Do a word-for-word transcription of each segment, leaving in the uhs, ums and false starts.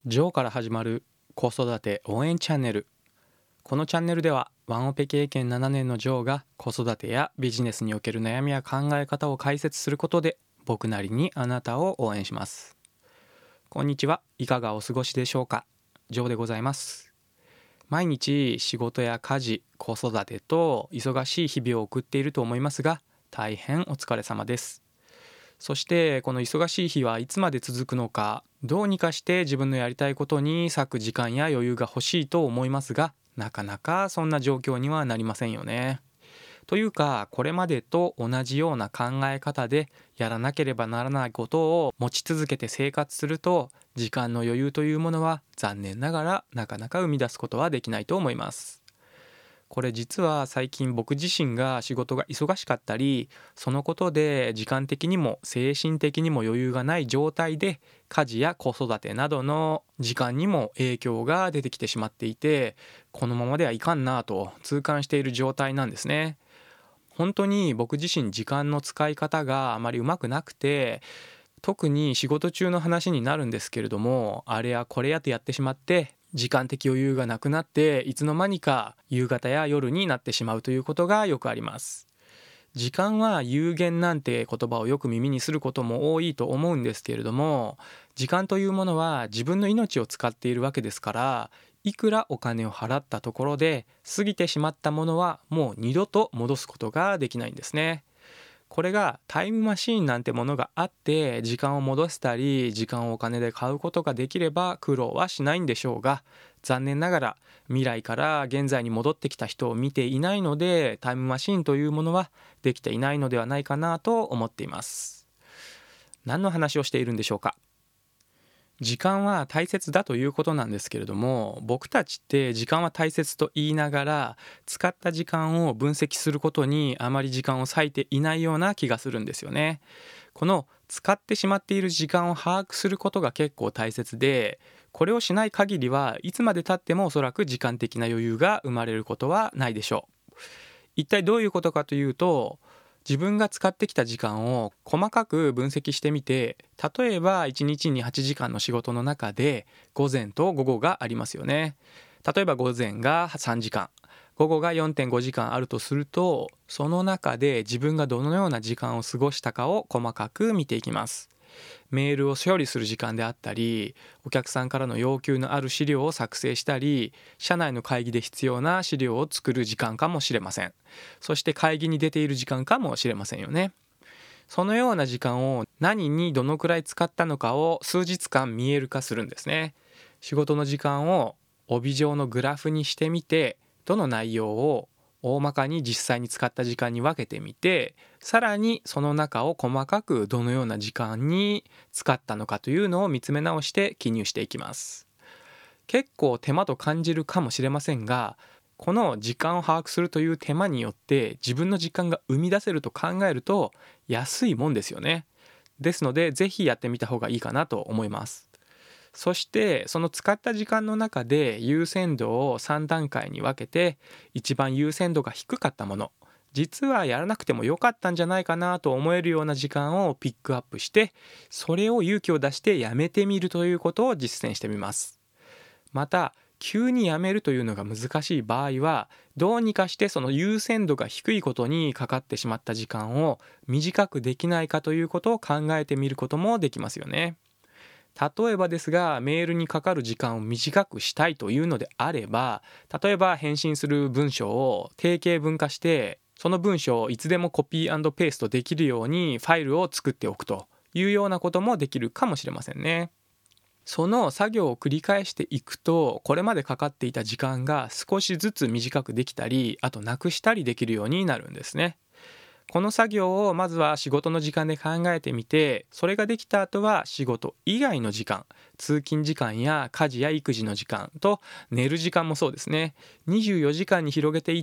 ジョーから始まる子育て応援チャンネル。このチャンネルではワンオペ経験ななねんのジョーが子育てやビジネスにおける悩みや考え方を解説することで僕なりにあなたを応援します。こんにちは、いかがお過ごしでしょうか。ジョーでございます。毎日仕事や家事、子育てと忙しい日々を送っていると思いますが、大変お疲れ様です。そしてこの忙しい日はいつまで続くのか、どうにかして自分のやりたいことに割く時間や余裕が欲しいと思いますが、なかなかそんな状況にはなりませんよね。というか、これまでと同じような考え方でやらなければならないことを持ち続けて生活すると、時間の余裕というものは残念ながらなかなか生み出すことはできないと思います。これ実は最近僕自身が仕事が忙しかったり、そのことで時間的にも精神的にも余裕がない状態で家事や子育てなどの時間にも影響が出てきてしまっていて、このままではいかんなぁと痛感している状態なんですね。本当に僕自身時間の使い方があまりうまくなくて、特に仕事中の話になるんですけれども、あれやこれやとやってしまって時間的余裕がなくなって、いつの間にか夕方や夜になってしまうということがよくあります。時間は有限なんて言葉をよく耳にすることも多いと思うんですけれども、時間というものは自分の命を使っているわけですから、いくらお金を払ったところで過ぎてしまったものはもう二度と戻すことができないんですね。これがタイムマシーンなんてものがあって時間を戻したり時間をお金で買うことができれば苦労はしないんでしょうが、残念ながら未来から現在に戻ってきた人を見ていないので、タイムマシーンというものはできていないのではないかなと思っています。何の話をしているんでしょうか。時間は大切だということなんですけれども、僕たちって時間は大切と言いながら使った時間を分析することにあまり時間を割いていないような気がするんですよね。この使ってしまっている時間を把握することが結構大切で、これをしない限りはいつまで経ってもおそらく時間的な余裕が生まれることはないでしょう。一体どういうことかというと、自分が使ってきた時間を細かく分析してみて、例えばいちにちにはちじかんの仕事の中で午前と午後がありますよね。例えば午前がさんじかん、午後が よんてんごじかんあるとすると、その中で自分がどのような時間を過ごしたかを細かく見ていきます。メールを処理する時間であったり、お客さんからの要求のある資料を作成したり、社内の会議で必要な資料を作る時間かもしれません。そして会議に出ている時間かもしれませんよね。そのような時間を何にどのくらい使ったのかを数日間見える化するんですね。仕事の時間を帯状のグラフにしてみて、どの内容を大まかに実際に使った時間に分けてみて、さらにその中を細かくどのような時間に使ったのかというのを見つめ直して記入していきます。結構手間と感じるかもしれませんが、この時間を把握するという手間によって自分の時間が生み出せると考えると安いもんですよね。ですのでぜひやってみた方がいいかなと思います。そしてその使った時間の中で優先度をさん段階に分けて、一番優先度が低かったもの、実はやらなくてもよかったんじゃないかなと思えるような時間をピックアップして、それを勇気を出してやめてみるということを実践してみます。また急にやめるというのが難しい場合は、どうにかしてその優先度が低いことにかかってしまった時間を短くできないかということを考えてみることもできますよね。例えばですが、メールにかかる時間を短くしたいというのであれば、例えば返信する文章を定型文化して、その文章をいつでもコピー&ペーストできるようにファイルを作っておくというようなこともできるかもしれませんね。その作業を繰り返していくと、これまでかかっていた時間が少しずつ短くできたり、あとなくしたりできるようになるんですね。この作業をまずは仕事の時間で考えてみて、それができた後は仕事以外の時間、通勤時間や家事や育児の時間と寝る時間もそうですね。にじゅうよじかんに広げていって、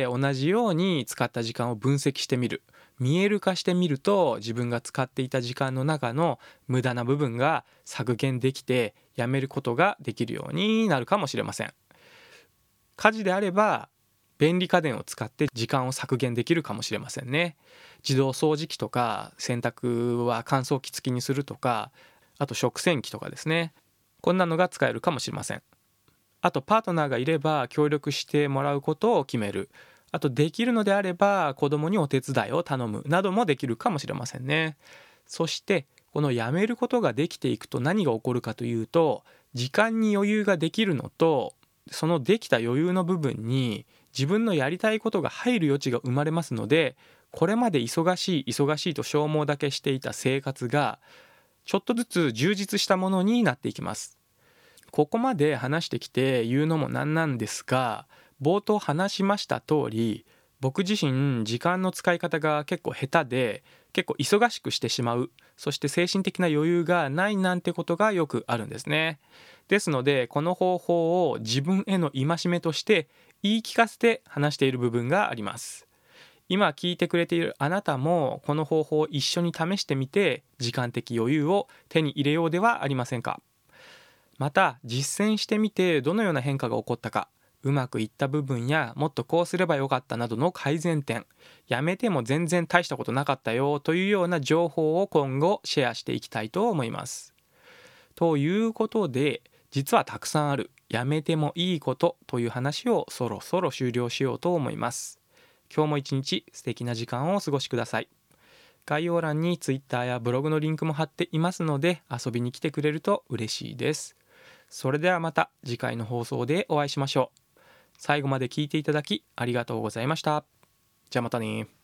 同じように使った時間を分析してみる。見える化してみると、自分が使っていた時間の中の無駄な部分が削減できて、やめることができるようになるかもしれません。家事であれば便利家電を使って時間を削減できるかもしれませんね。自動掃除機とか、洗濯は乾燥機付きにするとか、あと食洗機とかですね。 こんなのが使えるかもしれません。あとパートナーがいれば協力してもらうことを決める。あとできるのであれば子供にお手伝いを頼むなどもできるかもしれませんね。そしてこのやめることができていくと何が起こるかというと、時間に余裕ができるのと、そのできた余裕の部分に自分のやりたいことが入る余地が生まれますので、これまで忙しい忙しいと消耗だけしていた生活がちょっとずつ充実したものになっていきます。ここまで話してきて言うのもなんなんですが、冒頭話しました通り、僕自身時間の使い方が結構下手で、結構忙しくしてしまう、そして精神的な余裕がないなんてことがよくあるんですね。ですのでこの方法を自分への戒めとして言い聞かせて話している部分があります。今聞いてくれているあなたもこの方法を一緒に試してみて、時間的余裕を手に入れようではありませんか。また実践してみてどのような変化が起こったか、うまくいった部分やもっとこうすればよかったなどの改善点、やめても全然大したことなかったよというような情報を今後シェアしていきたいと思います。ということで、実はたくさんあるやめてもいいことという話をそろそろ終了しようと思います。今日も一日素敵な時間をお過ごしください。概要欄に Twitter やブログのリンクも貼っていますので、遊びに来てくれると嬉しいです。それではまた次回の放送でお会いしましょう。最後まで聞いていただきありがとうございました。じゃあまたね。